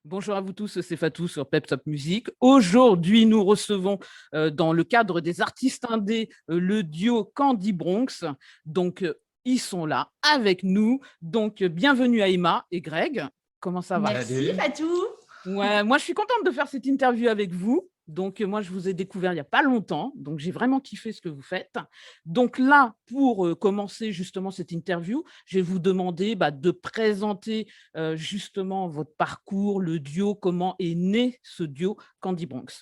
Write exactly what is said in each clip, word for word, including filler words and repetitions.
Bonjour à vous tous, c'est Fatou sur Pep Top Music. Aujourd'hui, nous recevons euh, dans le cadre des artistes indés euh, le duo Candy Bronx. Donc, euh, ils sont là avec nous. Donc, euh, bienvenue à Emma et Greg. Comment ça va? Merci Salut. Fatou. Ouais, moi, je suis contente de faire cette interview avec vous. Donc, euh, moi, je vous ai découvert il n'y a pas longtemps. Donc, j'ai vraiment kiffé ce que vous faites. Donc là, pour euh, commencer justement cette interview, je vais vous demander bah, de présenter euh, justement votre parcours, le duo, comment est né ce duo Candy Bronx.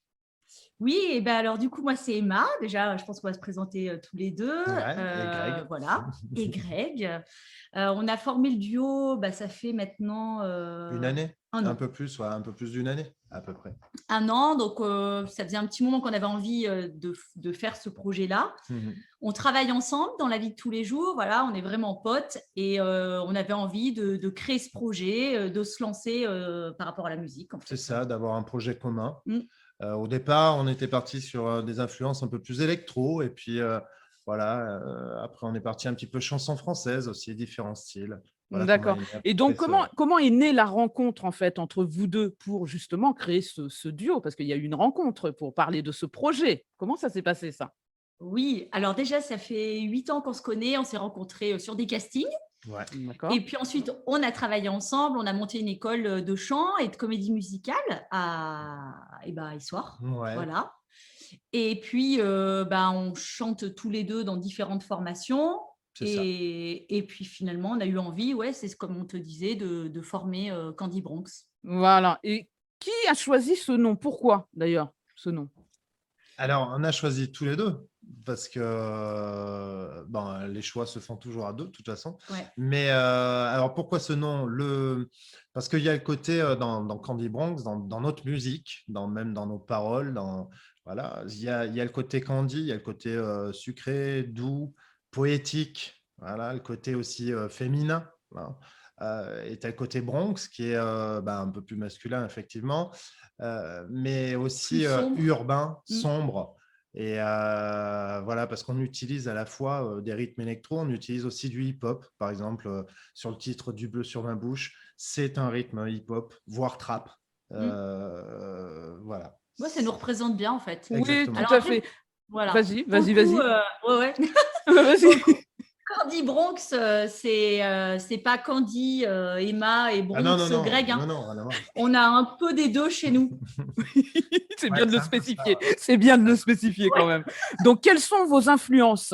Oui, et ben alors du coup, moi c'est Emma. Déjà, je pense qu'on va se présenter euh, tous les deux. Ouais, Euh, et Greg. Voilà. Et Greg. Euh, on a formé le duo, bah, ça fait maintenant euh, Une année, un un an. peu plus, ouais, un peu plus d'une année à peu près. Un an, donc euh, ça faisait un petit moment qu'on avait envie euh, de, de faire ce projet-là. Mhm. On travaille ensemble dans la vie de tous les jours, voilà, on est vraiment potes et euh, on avait envie de, de créer ce projet, euh, de se lancer euh, par rapport à la musique. En fait. C'est ça, d'avoir un projet commun. Mm. Euh, au départ, on était parti sur euh, des influences un peu plus électro, et puis euh, voilà. euh, après, on est parti un petit peu chanson française aussi, différents styles. Voilà comment D'accord. est né à peu Et donc, près ce- comment, comment est née la rencontre en fait entre vous deux pour justement créer ce, ce duo? Parce qu'il y a eu une rencontre pour parler de ce projet. Comment ça s'est passé ça? Oui, alors déjà, ça fait huit ans qu'on se connaît, on s'est rencontrés euh, sur des castings. Ouais. D'accord. Et puis ensuite, on a travaillé ensemble, on a monté une école de chant et de comédie musicale à, eh ben, à Issoire. Ouais. Voilà. Et puis, euh, ben, on chante tous les deux dans différentes formations. C'est ça. Et, et puis finalement, on a eu envie, ouais, c'est comme on te disait, de, de former euh, Candy Bronx. Voilà. Et qui a choisi ce nom? Pourquoi d'ailleurs ce nom? Alors, on a choisi tous les deux parce que euh, bon, les choix se font toujours à deux, de toute façon. Ouais. Mais euh, alors, pourquoi ce nom? Le... Parce qu'il y a le côté euh, dans, dans Candy Bronx, dans, dans notre musique, dans, même dans nos paroles, dans, voilà, il y a, il y a le côté candy, il y a le côté euh, sucré, doux, poétique, voilà, le côté aussi euh, féminin. Hein. Euh, et tu as le côté Bronx qui est euh, bah, un peu plus masculin, effectivement. Euh, mais aussi euh, sombre. urbain, Mm. sombre. Et euh, voilà, parce qu'on utilise à la fois euh, des rythmes électro, on utilise aussi du hip-hop. Par exemple, euh, sur le titre Du bleu sur ma bouche, c'est un rythme hip-hop, voire trap. Euh, Mm. Voilà. Ouais, ça nous représente bien en fait. Oui, Exactement. tout Alors à après, fait. voilà. Vas-y, Pour le vas-y, coup, vas-y. euh, ouais, ouais. Vas-y. Pour le coup, Candy Bronx, euh, c'est euh, c'est pas Candy, euh, Emma et Ah Bronx, non, non, non, Greg. Hein. non, non, rien à voir. On a un peu des deux chez nous. C'est Ouais, bien de c'est le un peu ça, spécifier. ouais. C'est bien de le spécifier quand même. Donc, quelles sont vos influences?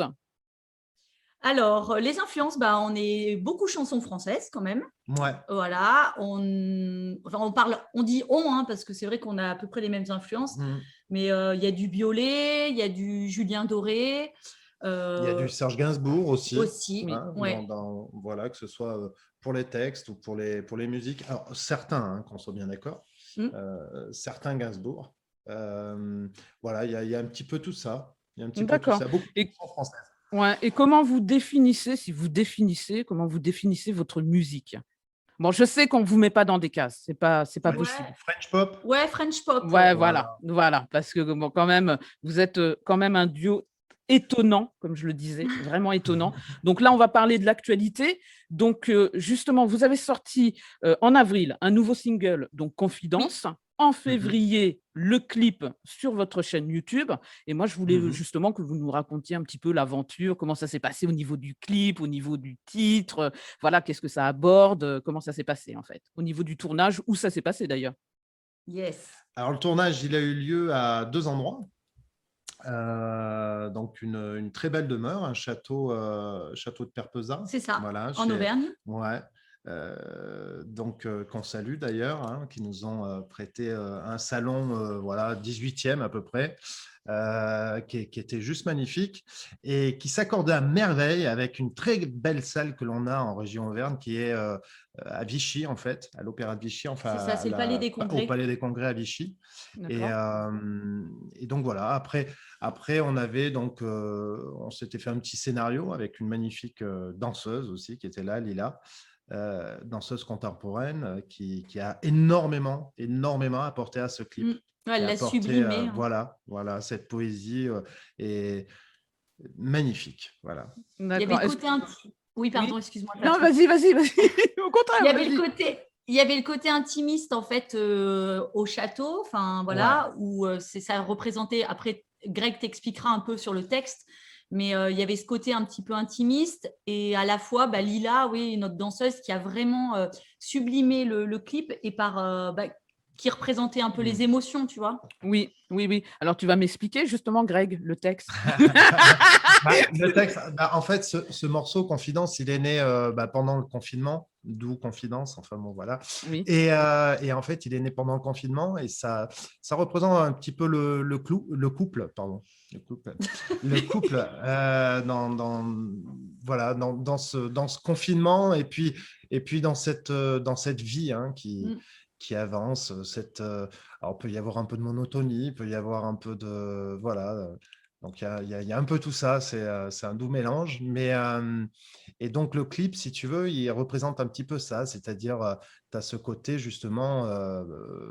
Alors, les influences, bah, on est beaucoup chansons françaises quand même. Ouais. Voilà, on, enfin, on parle, on dit on, hein, parce que c'est vrai qu'on a à peu près les mêmes influences, Mmh. mais il euh, y a du Biolay, il y a du Julien Doré. Euh, Il y a du Serge Gainsbourg aussi. Aussi, Hein, ouais. dans, dans, voilà, que ce soit euh, pour les textes ou pour les, pour les musiques. Alors, certains, hein, qu'on soit bien d'accord, Mm. euh, certains Gainsbourg. Euh, voilà, il y, a, il y a un petit peu tout ça. Il y a un petit peu tout D'accord. ça. Beaucoup de Et, chansons françaises. ouais, et comment vous définissez, si vous définissez, comment vous définissez votre musique? Bon, je sais qu'on ne vous met pas dans des cases, c'est pas, c'est pas Ouais. possible. French pop. Ouais, French pop. Ouais, Ouais. voilà, voilà, parce que bon, quand même, vous êtes euh, quand même un duo étonnant, comme je le disais, vraiment étonnant. Donc là, on va parler de l'actualité. Donc euh, justement, vous avez sorti euh, en avril un nouveau single, donc Confidence. Oui. En février, mmh. le clip sur votre chaîne YouTube. Et moi, je voulais Mmh. justement que vous nous racontiez un petit peu l'aventure, comment ça s'est passé au niveau du clip, au niveau du titre, voilà, qu'est-ce que ça aborde, comment ça s'est passé en fait, au niveau du tournage, où ça s'est passé d'ailleurs. Yes. Alors, le tournage, il a eu lieu à deux endroits. Euh, donc, une, une très belle demeure, un château, euh, château de Perpezat. C'est ça, voilà, en chez, Auvergne. Ouais. Euh, donc, euh, qu'on salue d'ailleurs, hein, qui nous ont euh, prêté euh, un salon, euh, voilà, dix-huitième à peu près, euh, qui, qui était juste magnifique et qui s'accordait à merveille avec une très belle salle que l'on a en région Auvergne, qui est euh, à Vichy, en fait, à l'Opéra de Vichy, enfin, c'est ça, c'est le Palais des Congrès. Au Palais des Congrès à Vichy. Et, euh, et donc, voilà, après, après on avait donc, euh, on s'était fait un petit scénario avec une magnifique euh, danseuse aussi qui était là, Lila. Euh, danseuse contemporaine euh, qui, qui a énormément, énormément apporté à ce clip. Mmh. Ouais, elle l'a sublimé. Euh, hein. Voilà, voilà, cette poésie euh, est magnifique. Voilà. Il y avait le côté un petit... Oui, pardon, oui. excuse-moi. Non, vas-y, vas-y, vas-y. Au contraire. Il y avait le côté il y avait le côté intimiste en fait euh, au château, enfin voilà, ouais. où euh, c'est ça représentait. Après, Greg t'expliquera un peu sur le texte, mais euh, il y avait ce côté un petit peu intimiste et à la fois bah, Lila, oui, notre danseuse qui a vraiment euh, sublimé le, le clip et par euh, bah, qui représentait un peu mmh. les émotions, tu vois. Oui, oui, oui. Alors, tu vas m'expliquer justement, Greg, le texte. bah, le texte, bah, en fait, ce, ce morceau, Confidence, il est né euh, bah, pendant le confinement, d'où Confidence, enfin bon, voilà. Oui. Et, euh, et en fait, il est né pendant le confinement et ça, ça représente un petit peu le, le, clou, le couple, pardon. Le couple, le couple euh, dans, dans, voilà, dans, dans, ce, dans ce confinement et puis, et puis dans, cette, dans cette vie hein, qui... Mm. qui avance. Cette, euh, alors, il peut y avoir un peu de monotonie, il peut y avoir un peu de... Voilà. Donc, il y a, y a, y a un peu tout ça. C'est, euh, c'est un doux mélange. Mais, euh, et donc, le clip, si tu veux, il représente un petit peu ça. C'est-à-dire, euh, tu as ce côté, justement, euh,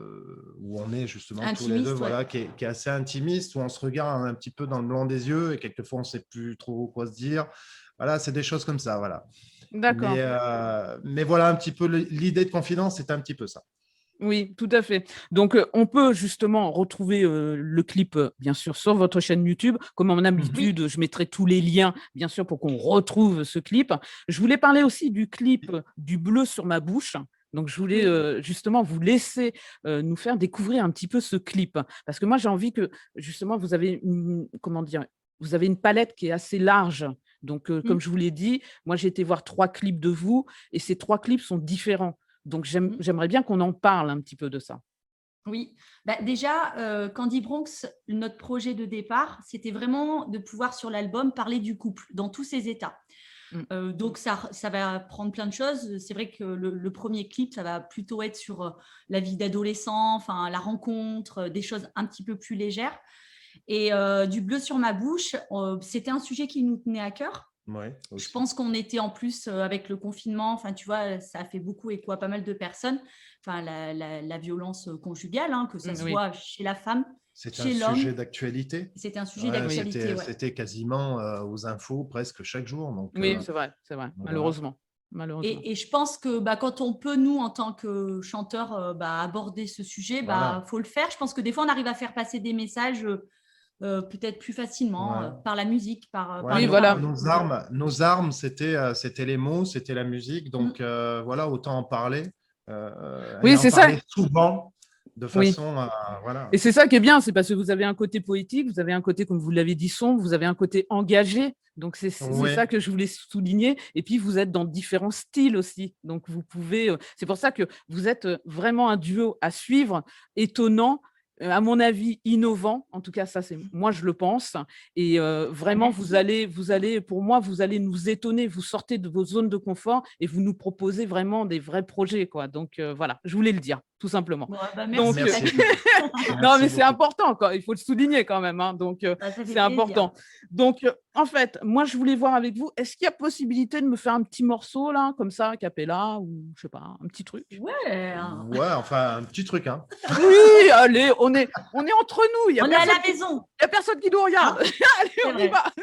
où on est, justement, intimiste, tous les deux, ouais. voilà, qui est, qui est assez intimiste, où on se regarde un petit peu dans le blanc des yeux et quelquefois, on ne sait plus trop quoi se dire. Voilà, c'est des choses comme ça, voilà. D'accord. Mais, euh, mais voilà, un petit peu l'idée de Confidence, c'est un petit peu ça. Oui, tout à fait. Donc, euh, on peut justement retrouver euh, le clip, euh, bien sûr, sur votre chaîne YouTube. Comme en habitude, oui. je mettrai tous les liens, bien sûr, pour qu'on retrouve ce clip. Je voulais parler aussi du clip du bleu sur ma bouche. Donc, je voulais euh, justement vous laisser euh, nous faire découvrir un petit peu ce clip. Parce que moi, j'ai envie que, justement, vous avez une, comment dire, vous avez une palette qui est assez large. Donc, euh, comme mmh. je vous l'ai dit, moi, j'ai été voir trois clips de vous et ces trois clips sont différents. Donc, j'aime, j'aimerais bien qu'on en parle un petit peu de ça. Oui, bah, déjà, euh, Candy Bronx, notre projet de départ, c'était vraiment de pouvoir sur l'album parler du couple dans tous ses états. Mm. Euh, donc, ça, ça va prendre plein de choses. C'est vrai que le, le premier clip, ça va plutôt être sur euh, la vie d'adolescent, enfin, la rencontre, euh, des choses un petit peu plus légères. Et euh, du bleu sur ma bouche, euh, c'était un sujet qui nous tenait à cœur. Ouais, je pense qu'on était en plus euh, avec le confinement, enfin tu vois, ça a fait beaucoup écho à pas mal de personnes, enfin la, la, la violence conjugale, hein, que ça mmh, soit oui. chez la femme, c'est chez l'homme. C'était un sujet d'actualité. C'était un sujet ouais, d'actualité. C'était, ouais. c'était quasiment euh, aux infos presque chaque jour. Donc, oui, euh, c'est vrai, c'est vrai, voilà. malheureusement. malheureusement. Et, et je pense que bah, quand on peut, nous, en tant que chanteurs, euh, bah, aborder ce sujet, bah, voilà. faut le faire. Je pense que des fois, on arrive à faire passer des messages euh, Euh, peut-être plus facilement ouais. euh, par la musique, par, ouais, par oui, les voilà. Nos armes, nos armes, c'était, euh, c'était les mots, c'était la musique. Donc mmh. euh, voilà, autant en parler. Euh, oui, et c'est en ça. Parler souvent, de façon oui. à voilà. Et c'est ça qui est bien, c'est parce que vous avez un côté poétique, vous avez un côté, comme vous l'avez dit, sombre, vous avez un côté engagé. Donc c'est, c'est ouais. ça que je voulais souligner. Et puis vous êtes dans différents styles aussi. Donc vous pouvez. C'est pour ça que vous êtes vraiment un duo à suivre, étonnant. À mon avis, innovant. En tout cas, ça, c'est moi, je le pense. Et euh, vraiment, vous allez, vous allez, pour moi, vous allez nous étonner. Vous sortez de vos zones de confort et vous nous proposez vraiment des vrais projets, quoi. Donc euh, voilà, je voulais le dire, tout simplement. Bon, bah, merci. Donc, merci. Euh... non, mais c'est important, quoi. Il faut le souligner quand même. Hein. Donc euh, bah, c'est important. Donc euh, en fait, moi, je voulais voir avec vous. Est-ce qu'il y a possibilité de me faire un petit morceau là, comme ça, a cappella ou je sais pas, un petit truc? Ouais. Ouais, enfin un petit truc, hein. Oui, allez, on est, on est entre nous. Il y a on est à la maison. Il n'y a personne qui nous regarde. Ah, allez, on vrai. y va.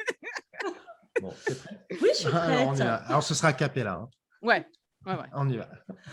Bon, t'es prêt? Oui, je suis prête. Alors, on y va. Alors ce sera a cappella. Hein. Ouais, ouais, ouais. On y va.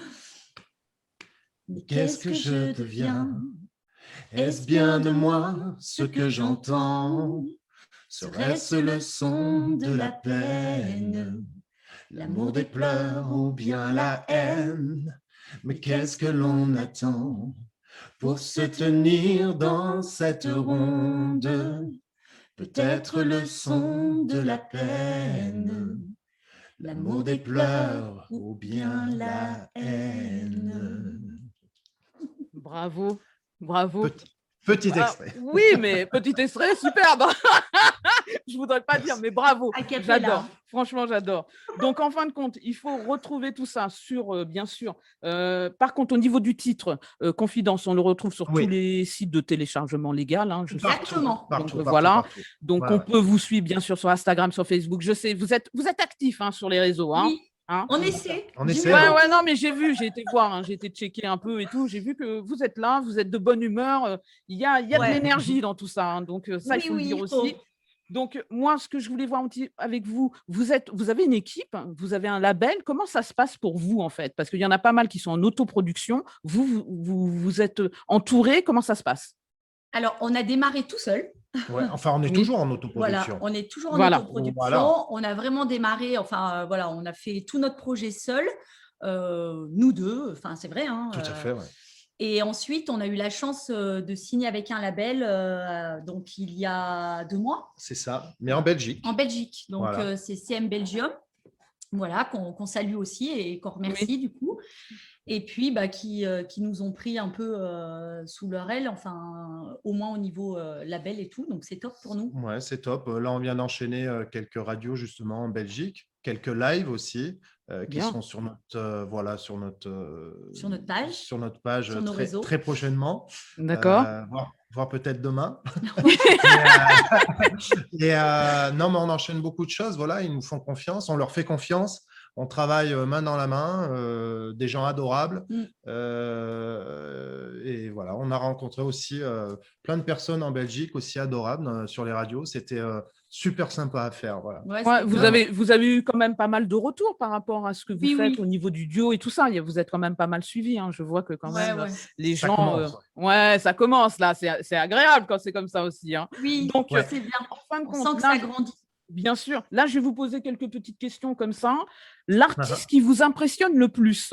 Qu'est-ce que je deviens? Est-ce bien de moi ce que j'entends? Serait-ce le son de la peine? L'amour des pleurs ou bien la haine? Mais qu'est-ce que l'on attend pour se tenir dans cette ronde? Peut-être le son de la peine, l'amour des pleurs ou bien la haine. Bravo, bravo. Petit, petit extrait. Ah, oui, mais petit extrait, superbe. Je voudrais pas dire, mais bravo. J'adore. Franchement, j'adore. Donc, en fin de compte, il faut retrouver tout ça sur, euh, bien sûr. Euh, par contre, au niveau du titre, euh, Confidence, on le retrouve sur oui. tous les sites de téléchargement légal. Hein, je Exactement. Sais. Donc, partout, voilà. Partout, partout. Donc, ouais, on ouais. peut vous suivre, bien sûr, sur Instagram, sur Facebook. Je sais, vous êtes, vous êtes actifs hein, sur les réseaux. Hein. Oui. Hein on essaie. On essaie. Ouais, ouais, non, mais j'ai vu, j'ai été voir, hein, j'ai été checker un peu et tout. J'ai vu que vous êtes là, vous êtes de bonne humeur. Il y a, il y a ouais. de l'énergie dans tout ça. Hein, donc, ça, oui, il faut oui, le dire aussi. Faut... Donc, moi, ce que je voulais voir un petit- avec vous, vous, êtes, vous avez une équipe, vous avez un label. Comment ça se passe pour vous, en fait? Parce qu'il y en a pas mal qui sont en autoproduction. Vous, vous, vous, vous êtes entouré. Comment ça se passe? Alors, on a démarré tout seul. Ouais, enfin, on est Oui. toujours en Voilà, autoproduction. on est toujours en Voilà. autoproduction. Voilà. On a vraiment démarré, enfin, euh, voilà, on a fait tout notre projet seul, euh, nous deux, enfin, c'est vrai. Hein, Tout à euh, fait, ouais. Et ensuite, on a eu la chance euh, de signer avec un label, euh, donc il y a deux mois, C'est ça, mais en Belgique. en Belgique. Donc, Voilà. euh, c'est C M Belgium, voilà, qu'on qu'on salue aussi et qu'on remercie Oui. du coup. Et puis, bah, qui, euh, qui nous ont pris un peu euh, sous leur aile, enfin, au moins au niveau euh, label et tout. Donc, c'est top pour nous. Ouais, c'est top. Euh, Là, on vient d'enchaîner euh, quelques radios justement en Belgique, quelques lives aussi euh, qui Bien. sont sur notre euh, voilà sur notre euh, Sur notre page, sur notre page sur nos très, réseaux. très prochainement, D'accord. euh, voire, voire peut-être demain. et euh, et, euh, non, mais on enchaîne beaucoup de choses. Voilà, ils nous font confiance, on leur fait confiance. On travaille euh, main dans la main, euh, des gens adorables. Mm. Euh, et voilà, on a rencontré aussi euh, plein de personnes en Belgique aussi adorables euh, sur les radios. C'était euh, super sympa à faire. Voilà. Ouais, Ouais, c'était vous top. avez, vous avez eu quand même pas mal de retours par rapport à ce que vous Oui, faites oui. au niveau du duo et tout ça. Il y a- Vous êtes quand même pas mal suivis. Hein. Je vois que quand Ouais, même ouais. les Ça gens. commence. euh, Ouais, ça commence là. C'est c'est agréable quand c'est comme ça aussi. Hein. Oui, Donc, Ouais. c'est bien. en fin de On compte, sent que là, ça je- grandit. bien sûr, là, je vais vous poser quelques petites questions comme ça. L'artiste qui vous impressionne le plus?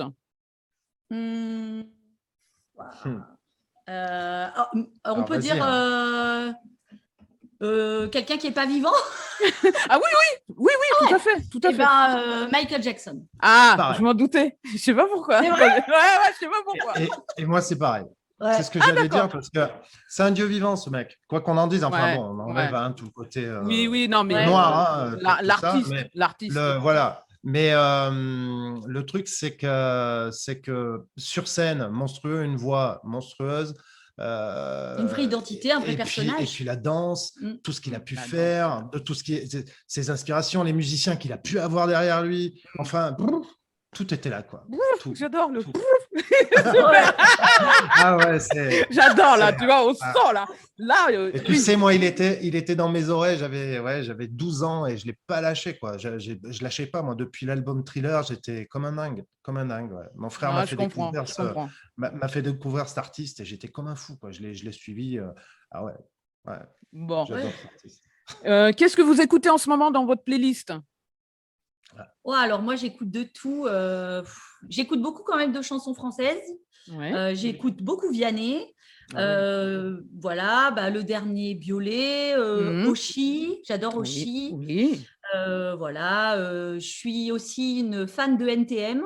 Hmm. Hmm. Euh, oh, on Alors, peut vas-y, dire hein. euh, euh, quelqu'un qui n'est pas vivant. Ah oui, oui, oui, oui, tout à fait, tout à Eh fait. ben, euh, Michael Jackson. Ah, Pareil. je m'en doutais. Je sais pas pourquoi. C'est Ouais, vrai ouais, je sais pas pourquoi. Et, et moi, c'est pareil. Ouais. C'est ce que Ah, j'allais d'accord. dire parce que c'est un dieu vivant, ce mec. Quoi qu'on en dise, enfin Ouais, bon, on enlève ouais. hein, tout le côté euh, Oui, oui, non, mais Ouais. noir, euh, hein, tout- la- tout ça, l'artiste, mais l'artiste. le, voilà. Mais euh, le truc, c'est que, c'est que sur scène, monstrueux, une voix monstrueuse. euh, Une vraie identité, un vrai et puis, et personnage. puis la danse, Mm. tout ce qu'il a pu La danse. faire, de tout ce qui est, ses inspirations, les musiciens qu'il a pu avoir derrière lui. Enfin, brrr, tout était là, quoi. Tout, J'adore le. tout. Ouais. Ah ouais, c'est. J'adore là, c'est- tu vois, on ah. sent là. Là, euh, Et tu oui. sais, moi, il était, il était dans mes oreilles. J'avais, ouais, j'avais douze ans et je l'ai pas lâché, quoi. Je, j'ai- je lâchais pas, moi. Depuis l'album Thriller, j'étais comme un dingue, comme un dingue. Ouais. Mon frère Ah, m'a je fait comprends, découvrir je ce, comprends. m'a, m'a fait découvrir cet artiste et j'étais comme un fou, quoi. Je l'ai, je l'ai suivi. euh, Ah ouais, ouais, Bon. j'adore Ouais. cet artiste. Euh, qu'est-ce que vous écoutez en ce moment dans votre playlist? Ouais, alors moi, j'écoute de tout. euh, pff, J'écoute beaucoup quand même de chansons françaises. Ouais. Euh, j'écoute beaucoup Vianney. Ah ouais. Euh, voilà, bah, le dernier Biolay, euh, Mhm. Oshi, j'adore Oui, Oshi. oui. Euh, voilà, euh, je suis aussi une fan de N T M.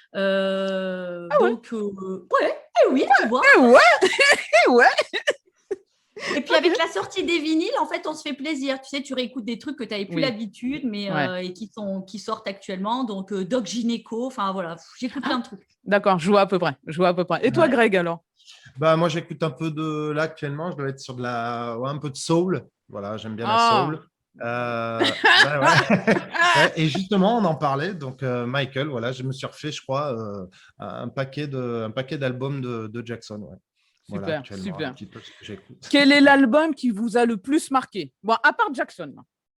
Euh, Ah ouais. donc, euh, ouais, eh oui, tu vois. Eh ouais, eh ouais. Et puis avec la sortie des vinyles, en fait, on se fait plaisir. Tu sais, tu réécoutes des trucs que tu n'avais plus Oui. l'habitude, mais Ouais. euh, et qui sont qui sortent actuellement. Donc euh, Doc Gynéco, enfin voilà, pff, j'écoute plein de trucs. D'accord, je vois à peu près. Je vois à peu près. Et toi, Ouais. Greg, alors? Bah, moi, j'écoute un peu de là actuellement. Je dois être sur de la, ouais, un peu de soul. Voilà, j'aime bien la Ah. soul. Euh, ouais, ouais. Ouais, et justement, on en parlait. Donc, euh, Michael, voilà, je me suis refait, je crois, euh, un paquet de, un paquet d'albums de, de Jackson. Ouais. Voilà, Super, actuellement, super. un petit peu ce que j'écoute. Quel est l'album qui vous a le plus marqué? Bon, à part Jackson.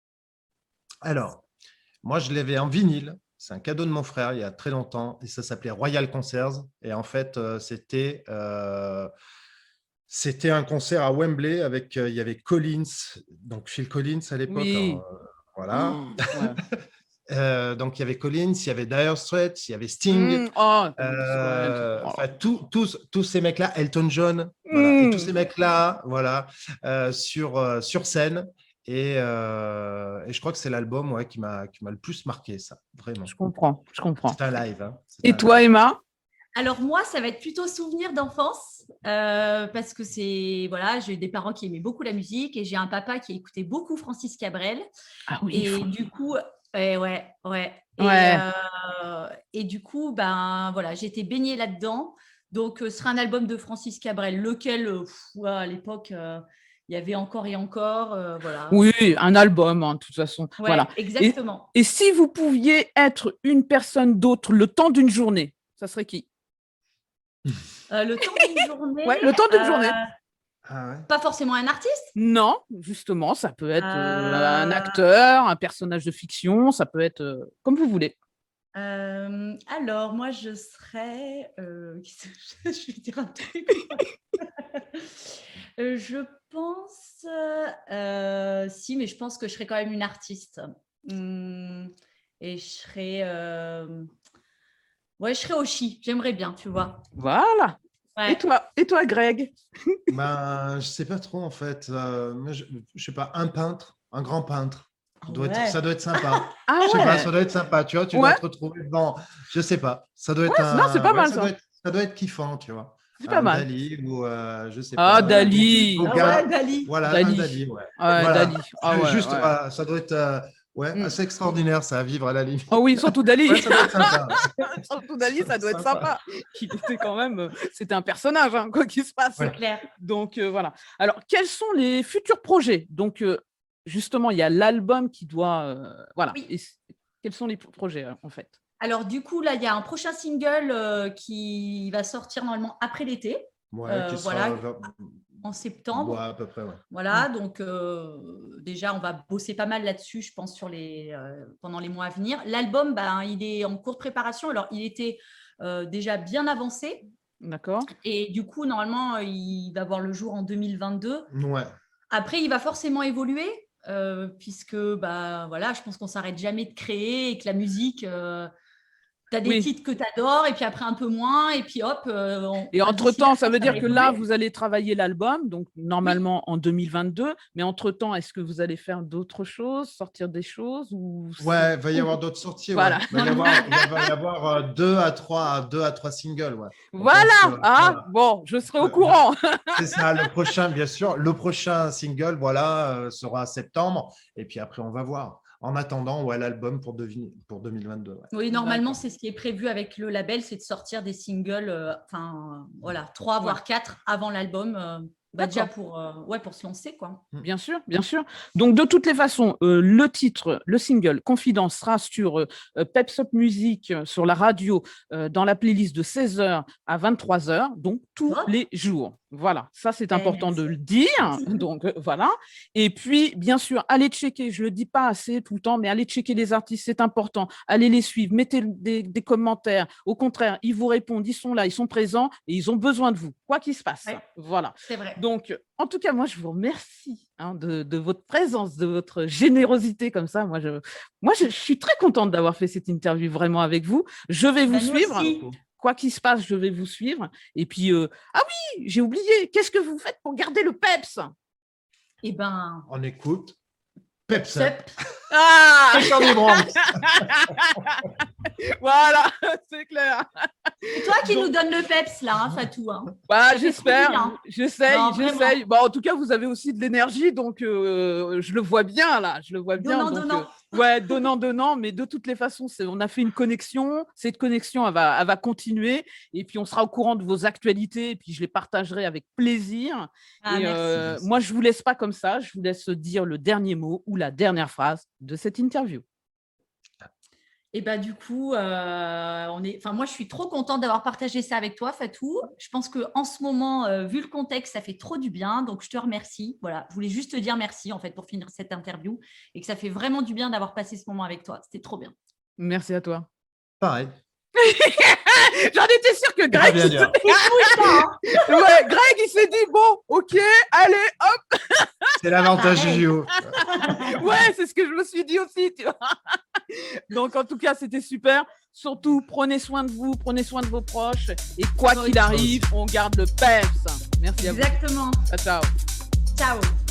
Alors, moi, je l'avais en vinyle. C'est un cadeau de mon frère il y a très longtemps et ça s'appelait Royal Concerts. Et en fait, euh, c'était euh, c'était un concert à Wembley avec euh, il y avait Collins, donc Phil Collins à l'époque. Oui. Alors, euh, voilà. Oh, ouais. Euh, donc il y avait Collins, il y avait Dire Straits, il y avait Sting. Mm, oh, Euh, oh. enfin, tous- tous, tous ces mecs-là, Elton John, voilà, et tous Mm. ces mecs-là, voilà, euh, sur, euh, sur scène. Et, euh, et je crois que c'est l'album ouais, qui m'a qui m'a le plus marqué, ça, vraiment. Je comprends, je comprends. C'est un live. Hein. C'est Et un toi, live. Emma? Alors moi, ça va être plutôt souvenir d'enfance euh, parce que c'est voilà, j'ai des parents qui aimaient beaucoup la musique et j'ai un papa qui écoutait beaucoup Francis Cabrel. Ah oui. Et faut- du coup, ouais, ouais, ouais. Et, Ouais. euh, et du coup, ben voilà, j'étais baignée là-dedans. Donc, euh, ce sera un album de Francis Cabrel, lequel, euh, pff, ouais, à l'époque, euh, il y avait encore et encore, euh, voilà. Oui, un album, hein, de toute façon. Ouais, Voilà. exactement. Et si vous pouviez être une personne d'autre le temps d'une journée, ça serait qui? Euh, le temps d'une journée. Ouais, le temps d'une euh, journée. Ah ouais. Pas forcément un artiste? Non, justement, ça peut être euh, Euh, un acteur, un personnage de fiction, ça peut être euh, comme vous voulez. euh, alors, moi, je serais... euh, qu'est-ce que je je vais dire un truc. Euh, je pense... euh, si, mais je pense que je serais quand même une artiste. Hum, et je serais... euh, ouais, je serais Oshi. J'aimerais bien, tu vois. Voilà. Ouais. Et toi, et toi, Greg? Ben, je sais pas trop en fait. Euh, moi, je, je sais pas, un peintre, un grand peintre. Ça doit, Ouais. être, ça doit être sympa. Ah Je sais ouais. pas, ça doit être sympa. Tu vois, tu Ouais. dois te retrouver devant. Je sais pas. Ça doit être Ouais, un. non, c'est pas ouais, mal, ça. ça. Doit être, ça doit être kiffant, tu vois. C'est Un pas mal. Dali ou euh, je sais Ah, pas. Dali. Gauguin. Ah ouais, Dali. Voilà, Dali. un Dali, ouais. Ouais, Voilà. Dali. Ah ouais, Juste, ouais. voilà, ça doit être euh, ouais, Mm. assez extraordinaire, ça, à vivre à la limite. Oh oui, surtout Dali. Ouais, ça doit être sympa. Surtout Dali, ça doit être Sympa. sympa. Il était quand même, euh, c'était un personnage, hein, quoi qu'il se passe. Ouais. C'est clair. Donc euh, voilà. Alors, quels sont les futurs projets? Donc, euh, justement, il y a l'album qui doit, euh, voilà. Oui. Et c- quels sont les projets euh, en fait? Alors, du coup, là, il y a un prochain single euh, qui va sortir normalement après l'été, Ouais, Euh, qui sera voilà. vers- en septembre. ouais, à peu près, ouais. Voilà, donc euh, déjà, on va bosser pas mal là-dessus, je pense, sur les, euh, pendant les mois à venir. L'album, ben, il est en cours de préparation. Alors, il était euh, déjà bien avancé. D'accord. Et du coup, normalement, il va voir le jour en deux mille vingt-deux. Ouais. Après, il va forcément évoluer, euh, puisque bah, voilà, je pense qu'on ne s'arrête jamais de créer et que la musique, euh, tu as des Oui. titres que tu adores, et puis après un peu moins, et puis hop. euh, on- Et enfin, entre-temps, d'ici ça là, veut va dire que là, évoluer. vous allez travailler l'album, donc normalement en deux mille vingt-deux. Mais entre-temps, est-ce que vous allez faire d'autres choses, sortir des choses ou c'est- Ouais, il va y avoir d'autres sorties. Voilà. Ouais. Il va y avoir, il va y avoir euh, deux, à trois, deux à trois singles. Ouais. On Voilà. pense, euh, Ah, voilà. bon, je serai au Euh, courant. C'est ça, le prochain, bien sûr. Le prochain single, voilà, euh, sera en septembre. Et puis après, on va voir. En attendant, ouais, l'album pour, deviner- pour deux mille vingt-deux. Ouais. Oui, normalement, D'accord. c'est ce qui est prévu avec le label, c'est de sortir des singles, euh, enfin, euh, voilà, trois, Ouais. voire quatre avant l'album, euh, bah, déjà D'accord. pour, euh, ouais, pour se lancer, quoi. Bien sûr, bien sûr. Donc, de toutes les façons, euh, le titre, le single Confidence sera sur euh, euh, Peps Up Music, euh, sur la radio, euh, dans la playlist de seize heures à vingt-trois heures, donc tous Oh. les jours. Voilà, ça c'est Eh, important de merci. le dire. Donc, euh, voilà. Et puis, bien sûr, allez checker, je ne le dis pas assez tout le temps, mais allez checker les artistes, c'est important. Allez les suivre, mettez des, des commentaires. Au contraire, ils vous répondent, ils sont là, ils sont présents et ils ont besoin de vous, quoi qu'il se passe. Ouais. Voilà. C'est vrai. Donc, en tout cas, moi, je vous remercie hein, de, de votre présence, de votre générosité comme ça. Moi, je, moi, je, je suis très contente d'avoir fait cette interview vraiment avec vous. Je vais vous Bah, nous suivre. aussi. Quoi qu'il se passe, je vais vous suivre. Et puis, euh, ah oui, j'ai oublié. Qu'est-ce que vous faites pour garder le peps? Eh ben, On écoute Peps Up. Sep, Ah, Et Candy Bronx. voilà, c'est clair. c'est toi qui Donc- nous donne le peps, là, hein, Fatou. Hein. Bah, Ça fait trop du j'espère, bien. j'essaye, Non, vraiment. j'essaye. Bon, en tout cas, vous avez aussi de l'énergie, donc euh, je le vois bien là, je le vois bien. Donnant, donc, donnant. euh, ouais, donnant, donnant, mais de toutes les façons, c'est- on a fait une connexion. Cette connexion, elle va, elle va continuer, et puis on sera au courant de vos actualités, et puis je les partagerai avec plaisir. Ah, et merci. euh, moi, je vous laisse pas comme ça, je vous laisse dire le dernier mot ou la dernière phrase de cette interview. Et bah, du coup, euh, on est... enfin, moi, je suis trop contente d'avoir partagé ça avec toi, Fatou. Je pense qu'en ce moment, euh, vu le contexte, ça fait trop du bien. Donc, je te remercie. Voilà, je voulais juste te dire merci, en fait, pour finir cette interview et que ça fait vraiment du bien d'avoir passé ce moment avec toi. C'était trop bien. Merci à toi. Pareil. J'en étais sûre que Pas Greg, bien il dire. s'est- ouais, Greg, il s'est dit bon, ok, allez, hop. C'est l'avantage Pareil. du duo. Ouais, c'est ce que je me suis dit aussi, tu vois. Donc, en tout cas, c'était super. Surtout, prenez soin de vous, prenez soin de vos proches. Et quoi Toi qu'il aussi. arrive, on garde le peps. Merci à vous. Exactement. Ciao, ciao. Ciao.